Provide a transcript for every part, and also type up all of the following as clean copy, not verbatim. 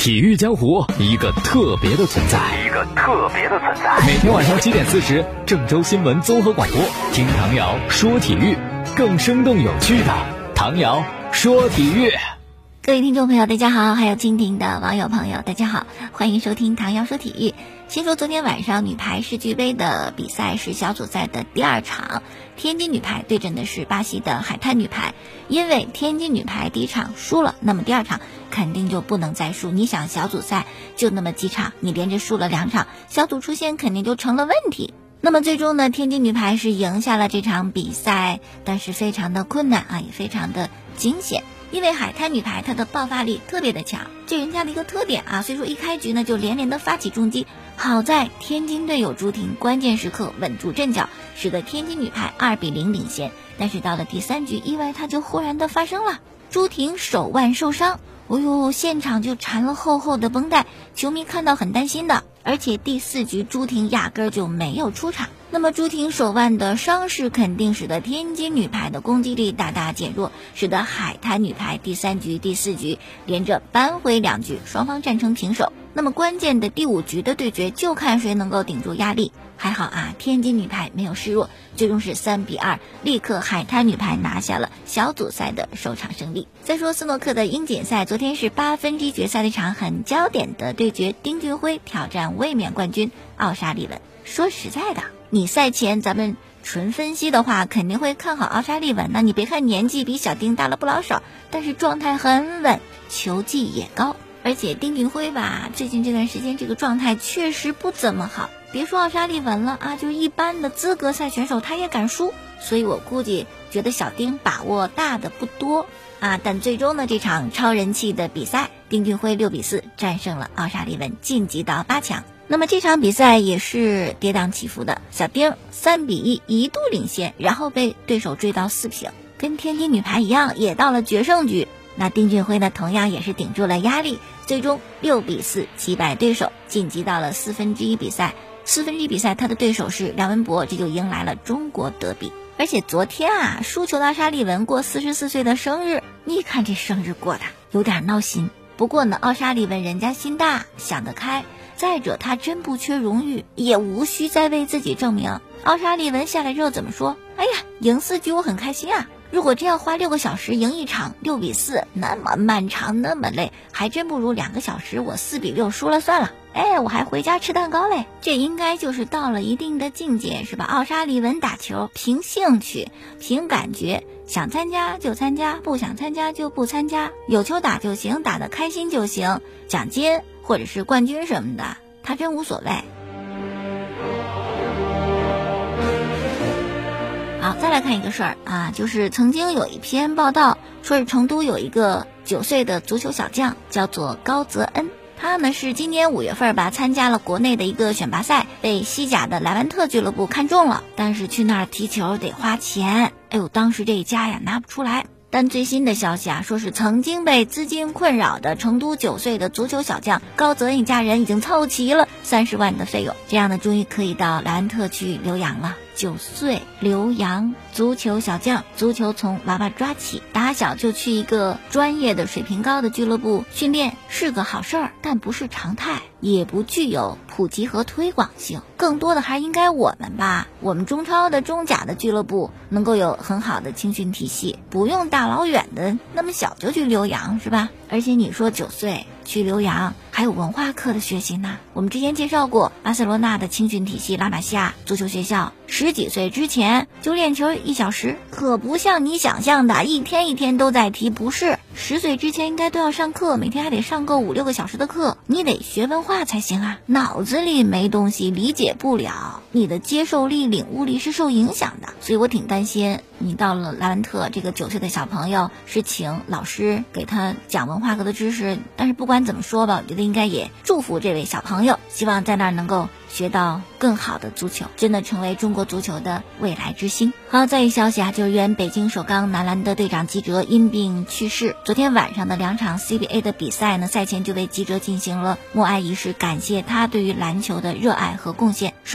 体育江湖，一个特别的存在。每天晚上7点40，郑州新闻综合广播，听唐瑶说体育，更生动有趣的唐瑶说体育。 各位听众朋友大家好，还有蜻蜓的网友朋友大家好，欢迎收听唐瑶说体育。先说昨天晚上女排世俱杯的比赛是小组赛的第2场，天津女排对阵的是巴西的海滩女排。因为天津女排第1场输了，那么第2场肯定就不能再输。你想小组赛就那么几场，你连着输了2场，小组出线肯定就成了问题。那么最终呢，天津女排是赢下了这场比赛，但是非常的困难也非常的惊险。因为海滩女排她的爆发力特别的强，这人家的一个特点所以说一开局呢就连连的发起重击。好在天津队友朱婷关键时刻稳住阵脚，使得天津女排2-0领先。但是到了第3局，意外它就忽然的发生了，朱婷手腕受伤，现场就缠了厚厚的绷带，球迷看到很担心的。而且第4局朱婷压根就没有出场，那么朱婷手腕的伤势肯定使得天津女排的攻击力大大减弱，使得海滩女排第3局、第4局连着扳回2局，双方战成平手。那么关键的第5局的对决就看谁能够顶住压力。还好天津女排没有示弱，最终是3-2，立刻海滩女排拿下了小组赛的首场胜利。再说斯诺克的英锦赛，昨天是8分之一决赛的一场很焦点的对决，丁俊晖挑战卫冕冠军奥沙利文。说实在的，你赛前咱们纯分析的话，肯定会看好奥沙利文。那你别看年纪比小丁大了不老少，但是状态很稳，球技也高。而且丁俊晖最近这段时间这个状态确实不怎么好，别说奥沙利文了就是一般的资格赛选手他也敢输。所以我估计觉得小丁把握大的不多但最终呢，这场超人气的比赛，丁俊晖6-4战胜了奥沙利文，晋级到8强。那么这场比赛也是跌宕起伏的，小丁3-1一度领先，然后被对手追到4平，跟天津女排一样也到了决胜局。那丁俊晖呢，同样也是顶住了压力，最终6-4击败对手，晋级到了4分之一比赛。4分之一比赛他的对手是梁文博，这就迎来了中国德比。而且昨天输球的奥沙利文过44岁的生日，你看这生日过的有点闹心。不过呢，奥沙利文人家心大，想得开，再者他真不缺荣誉，也无需再为自己证明。奥沙利文下来之后怎么说？赢4局我很开心如果真要花6个小时赢一场6-4，那么漫长那么累，还真不如2个小时我4-6输了算了，我还回家吃蛋糕嘞。这应该就是到了一定的境界是吧？奥沙利文打球凭兴趣凭感觉，想参加就参加，不想参加就不参加，有球打就行，打得开心就行，奖金或者是冠军什么的他真无所谓。好，再来看一个事儿就是曾经有一篇报道说是成都有一个9岁的足球小将叫做高泽恩，他呢是今年5月份参加了国内的一个选拔赛，被西甲的莱万特俱乐部看中了，但是去那儿踢球得花钱，当时这一家拿不出来。但最新的消息说是曾经被资金困扰的成都9岁的足球小将高泽恩一家人已经凑齐了30万的费用，这样呢终于可以到莱万特去留洋了。9岁留洋足球小将，足球从娃娃抓起，打小就去一个专业的水平高的俱乐部训练是个好事儿，但不是常态，也不具有普及和推广性，更多的还应该我们我们中超的中甲的俱乐部能够有很好的青训体系，不用大老远的那么小就去留洋是吧？而且你说9岁去留洋还有文化课的学习呢，我们之前介绍过巴塞罗那的青训体系拉玛西亚足球学校，10几岁之前就练球1小时，可不像你想象的一天一天都在踢，不是10岁之前应该都要上课，每天还得上够5-6个小时的课，你得学文化才行脑子里没东西理解不了，你的接受力领悟力是受影响的。所以我挺担心你到了莱万特，这个9岁的小朋友是请老师给他讲文化课的知识，但是不管怎么说吧，我觉得应该也祝福这位小朋友，希望在那儿能够学到更好的足球，真的成为中国足球的未来之星。好，再一消息就是原北京首钢男篮的队长吉喆因病去世。昨天晚上的2场 CBA 的比赛呢，赛前就为吉喆进行了默哀仪式，感谢他对于篮球的热爱和贡献。首钢男篮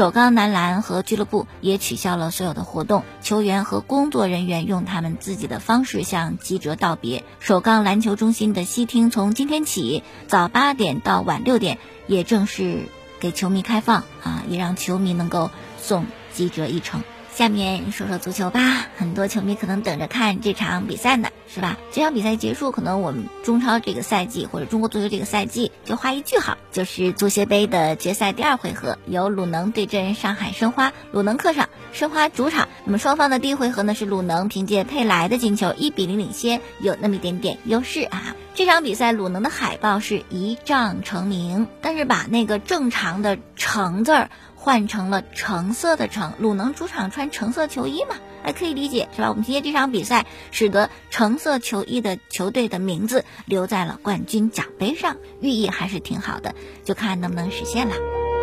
男篮和俱乐部也取消了所有的活动，球员和工作人员用他们自己的方式向记者道别。首钢篮球中心的西厅从今天起早8点到晚6点也正式给球迷开放也让球迷能够送记者一程。下面说说足球吧，很多球迷可能等着看这场比赛呢，是吧？这场比赛结束，可能我们中超这个赛季或者中国足球这个赛季就画一句号，就是足协杯的决赛第2回合，由鲁能对阵上海申花，鲁能客场，申花主场。那么双方的第1回合呢是鲁能凭借佩莱的进球1比0领先，有那么一点点优势这场比赛鲁能的海报是一仗成名，但是把那个正常的橙字儿换成了橙色的橙，鲁能主场穿橙色球衣嘛，可以理解是吧？我们今天这场比赛使得橙色球衣的球队的名字留在了冠军奖杯上，寓意还是挺好的，就看能不能实现了。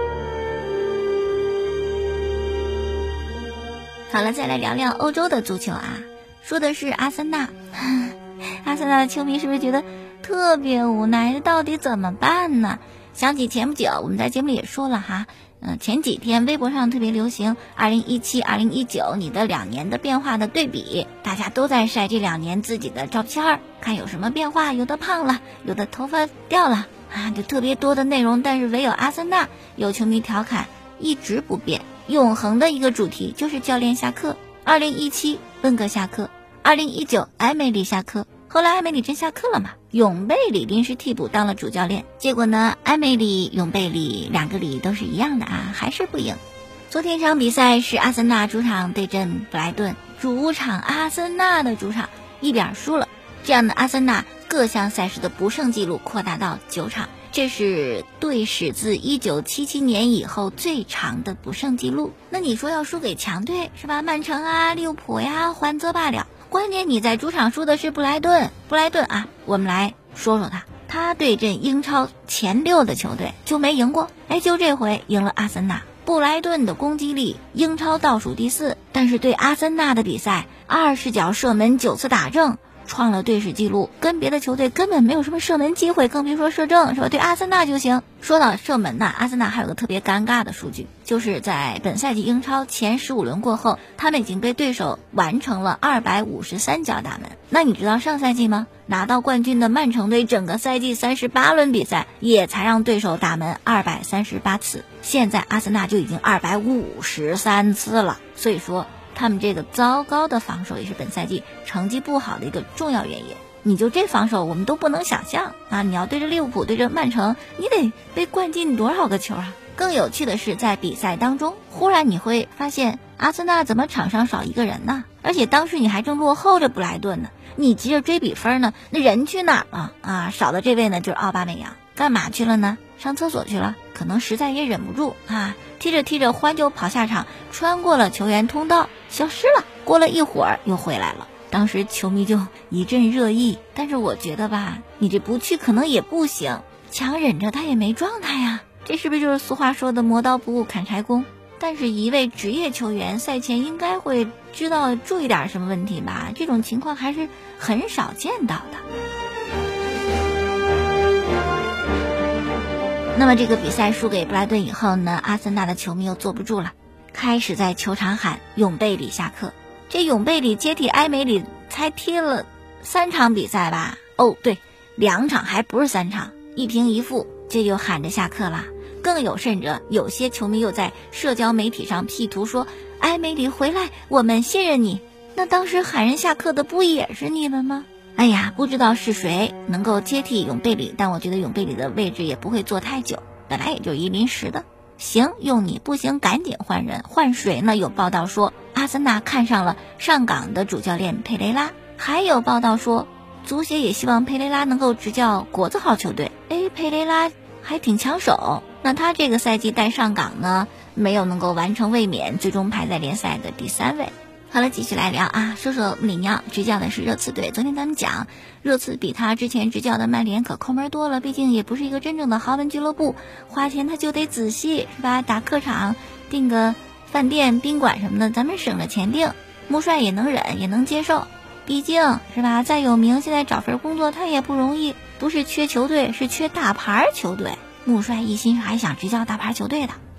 好了，再来聊聊欧洲的足球说的是阿森纳。阿森纳的球迷是不是觉得特别无奈，到底怎么办呢？想起前不久我们在节目里也说了前几天微博上特别流行2017、2019你的2年的变化的对比，大家都在晒这2年自己的照片，看有什么变化，有的胖了，有的头发掉了就特别多的内容。但是唯有阿森纳有球迷调侃一直不变，永恒的一个主题就是教练下课。2017温格下课，2019埃梅里下课，后来埃梅里真下课了嘛，永贝里临时替补当了主教练，结果呢埃梅里永贝里2个里都是一样的还是不赢。昨天场比赛是阿森纳主场对阵布莱顿，主场阿森纳的主场1比2输了，这样的阿森纳各项赛事的不胜记录扩大到9场，这是队史自1977年以后最长的不胜记录。那你说要输给强队是吧？曼城利物浦还则罢了，关键你在主场输的是布莱顿我们来说说他对阵英超前6的球队就没赢过，就这回赢了阿森纳。布莱顿的攻击力英超倒数第4，但是对阿森纳的比赛20脚射门9次打正，创了队史纪录，跟别的球队根本没有什么射门机会，更别说射正是吧？对阿森纳就行。说到射门阿森纳还有个特别尴尬的数据，就是在本赛季英超前15轮过后，他们已经被对手完成了253脚打门。那你知道上赛季吗？拿到冠军的曼城队整个赛季38轮比赛也才让对手打门238次，现在阿森纳就已经253次了。所以说他们这个糟糕的防守也是本赛季成绩不好的一个重要原因。你就这防守我们都不能想象你要对着利物浦对着曼城，你得被灌进多少个球更有趣的是在比赛当中忽然你会发现阿森纳怎么场上少1个人呢？而且当时你还正落后着布莱顿呢，你急着追比分呢，那人去哪儿了少的这位呢就是奥巴梅扬，干嘛去了呢？上厕所去了，可能实在也忍不住踢着踢着欢就跑下场，穿过了球员通道消失了，过了一会儿又回来了。当时球迷就一阵热议，但是我觉得你这不去可能也不行，强忍着他也没状态这是不是就是俗话说的磨刀不误砍柴工？但是一位职业球员赛前应该会知道注意点什么问题吧，这种情况还是很少见到的。那么这个比赛输给布莱顿以后呢，阿森纳的球迷又坐不住了，开始在球场喊永贝里下课。这永贝里接替埃梅里才踢了3场比赛吧？对，2场还不是3场，1平1负，这就喊着下课了。更有甚者，有些球迷又在社交媒体上 P 图说埃梅里回来，我们信任你。那当时喊人下课的不也是你们吗？不知道是谁能够接替永贝里，但我觉得永贝里的位置也不会坐太久，本来也就一临时的，行用你，不行赶紧换人。换谁呢？有报道说阿森纳看上了上港的主教练佩雷拉，还有报道说足协也希望佩雷拉能够执教国字号球队。佩雷拉还挺抢手，那他这个赛季带上港呢，没有能够完成卫冕，最终排在联赛的第3位。好了，继续来聊说说穆里尼奥执教的是热刺队。昨天咱们讲热刺比他之前执教的曼联可抠门多了，毕竟也不是一个真正的豪门俱乐部，花钱他就得仔细是吧？打客场订个饭店宾馆什么的，咱们省着钱订，穆帅也能忍也能接受，毕竟是吧？再有名现在找份工作他也不容易，不是缺球队，是缺大牌球队。穆帅一心还想执教大牌球队的，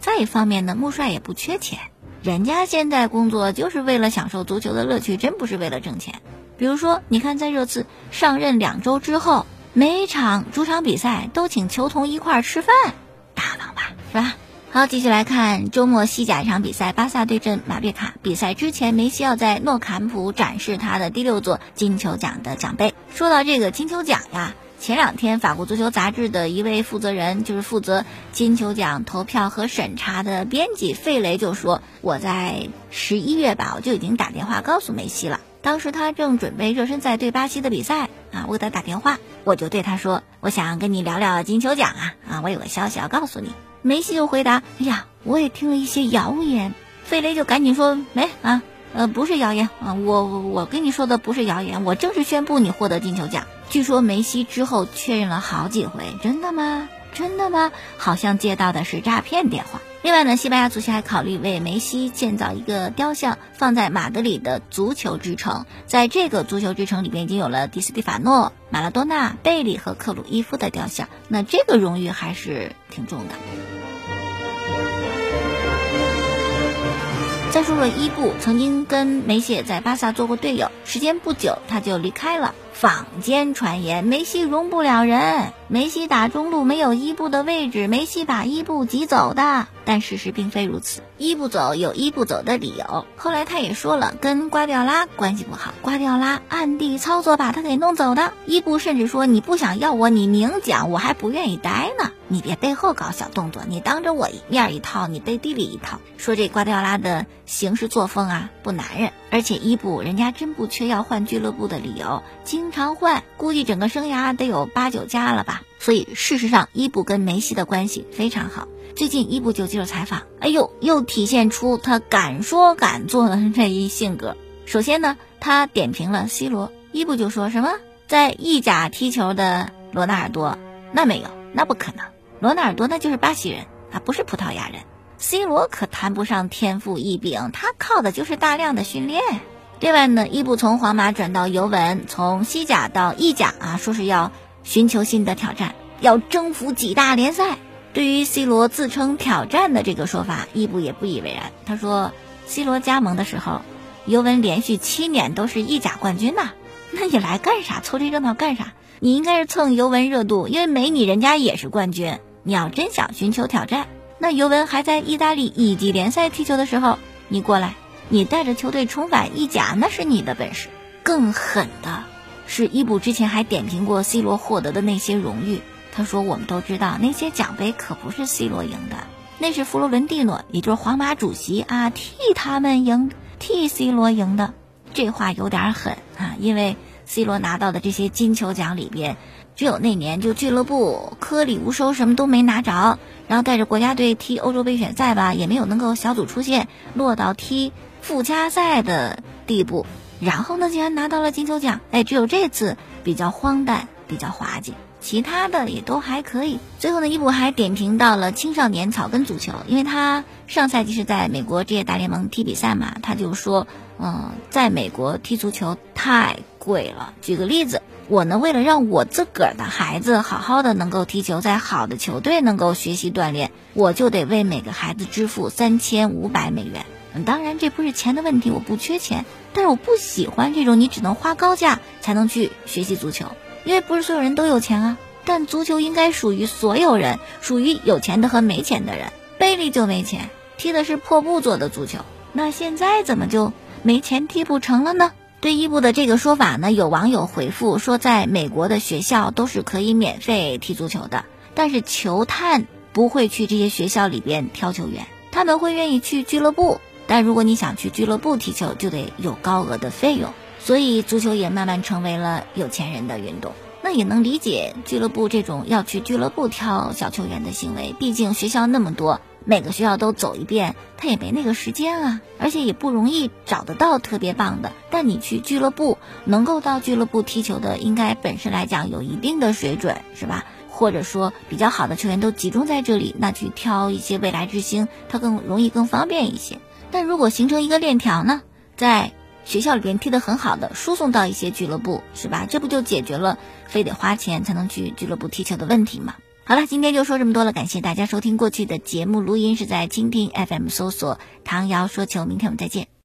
再一方面呢，穆帅也不缺钱，人家现在工作就是为了享受足球的乐趣，真不是为了挣钱。比如说你看，在热刺上任2周之后，每场主场比赛都请球童一块吃饭，大方吧，是吧？好，继续来看周末西甲一场比赛，巴萨对阵马略卡。比赛之前，梅西要在诺坎普展示他的第6座金球奖的奖杯。说到这个金球奖呀，前2天法国足球杂志的一位负责人，就是负责金球奖投票和审查的编辑费雷就说，我在11月吧，我就已经打电话告诉梅西了。当时他正准备热身赛对巴西的比赛啊，我给他打电话，我就对他说，我想跟你聊聊金球奖啊，我有个消息要告诉你。梅西就回答，哎呀，我也听了一些谣言。费雷就赶紧说，没啊，不是谣言啊，我跟你说的不是谣言，我正式宣布你获得金球奖。据说梅西之后确认了好几回，真的吗？真的吗？好像接到的是诈骗电话。另外呢，西班牙足协还考虑为梅西建造一个雕像，放在马德里的足球之城。在这个足球之城里边，已经有了迪斯蒂法诺、马拉多纳、贝利和克鲁伊夫的雕像，那这个荣誉还是挺重的。再说了，伊布曾经跟梅西也在巴萨做过队友，时间不久他就离开了。坊间传言梅西容不了人，梅西打中路没有伊布的位置，梅西把伊布挤走的。但事实并非如此，伊布走有伊布走的理由。后来他也说了，跟瓜迪奥拉关系不好，瓜迪奥拉暗地操作把他给弄走的。伊布甚至说，你不想要我，你明讲，我还不愿意待呢，你别背后搞小动作，你当着我面一套，你背地里一套。说这瓜迪奥拉的行事作风啊，不男人。而且伊布人家真不缺要换俱乐部的理由，经常换，估计整个生涯得有8、9家了吧。所以事实上，伊布跟梅西的关系非常好。最近伊布就接受采访，哎呦，又体现出他敢说敢做的这一性格。首先呢，他点评了 C 罗，伊布就说什么在意甲踢球的罗纳尔多，那没有，那不可能，罗纳尔多那就是巴西人啊，不是葡萄牙人。C 罗可谈不上天赋异禀，他靠的就是大量的训练。另外呢，伊布从皇马转到尤文，从西甲到意甲啊，说是要寻求新的挑战，要征服几大联赛。对于 C 罗自称挑战的这个说法，伊布也不以为然。他说 C 罗加盟的时候，尤文连续7年都是意甲冠军呐，那你来干啥？凑这热闹干啥？你应该是蹭尤文热度，因为没你人家也是冠军。你要真想寻求挑战，那尤文还在意大利乙级联赛踢球的时候，你过来，你带着球队重返意甲，那是你的本事。更狠的是，伊布之前还点评过 C 罗获得的那些荣誉。他说，我们都知道那些奖杯可不是 C 罗赢的，那是弗洛伦蒂诺，也就是皇马主席啊，替他们赢，替 C 罗赢的。这话有点狠啊，因为 C 罗拿到的这些金球奖里边，只有那年就俱乐部颗粒无收，什么都没拿着，然后带着国家队踢欧洲杯选赛吧，也没有能够小组出线，落到踢附加赛的地步。然后呢，竟然拿到了金球奖，只有这次比较荒诞，比较滑稽，其他的也都还可以。最后呢，伊布还点评到了青少年草根足球，因为他上赛季是在美国职业大联盟踢比赛嘛，他就说，在美国踢足球太贵了。举个例子，我呢为了让我自个儿的孩子好好的能够踢球，在好的球队能够学习锻炼，我就得为每个孩子支付$3500。当然这不是钱的问题，我不缺钱，但是我不喜欢这种你只能花高价才能去学习足球，因为不是所有人都有钱啊。但足球应该属于所有人，属于有钱的和没钱的人。贝利就没钱，踢的是破布做的足球，那现在怎么就没钱踢不成了呢？对伊布的这个说法呢，有网友回复说，在美国的学校都是可以免费踢足球的，但是球探不会去这些学校里边挑球员，他们会愿意去俱乐部，但如果你想去俱乐部踢球，就得有高额的费用，所以足球也慢慢成为了有钱人的运动。那也能理解俱乐部这种要去俱乐部挑小球员的行为，毕竟学校那么多，每个学校都走一遍，他也没那个时间啊，而且也不容易找得到特别棒的。但你去俱乐部，能够到俱乐部踢球的，应该本身来讲有一定的水准，是吧？或者说比较好的球员都集中在这里，那去挑一些未来之星，它更容易更方便一些。但如果形成一个链条呢，在学校里边踢得很好的输送到一些俱乐部，是吧？这不就解决了非得花钱才能去俱乐部踢球的问题吗？ 好了，今天就说这么多了，感谢大家收听。过去的节目录音是在蜻蜓 FM 搜索唐瑶说球，明天我们再见。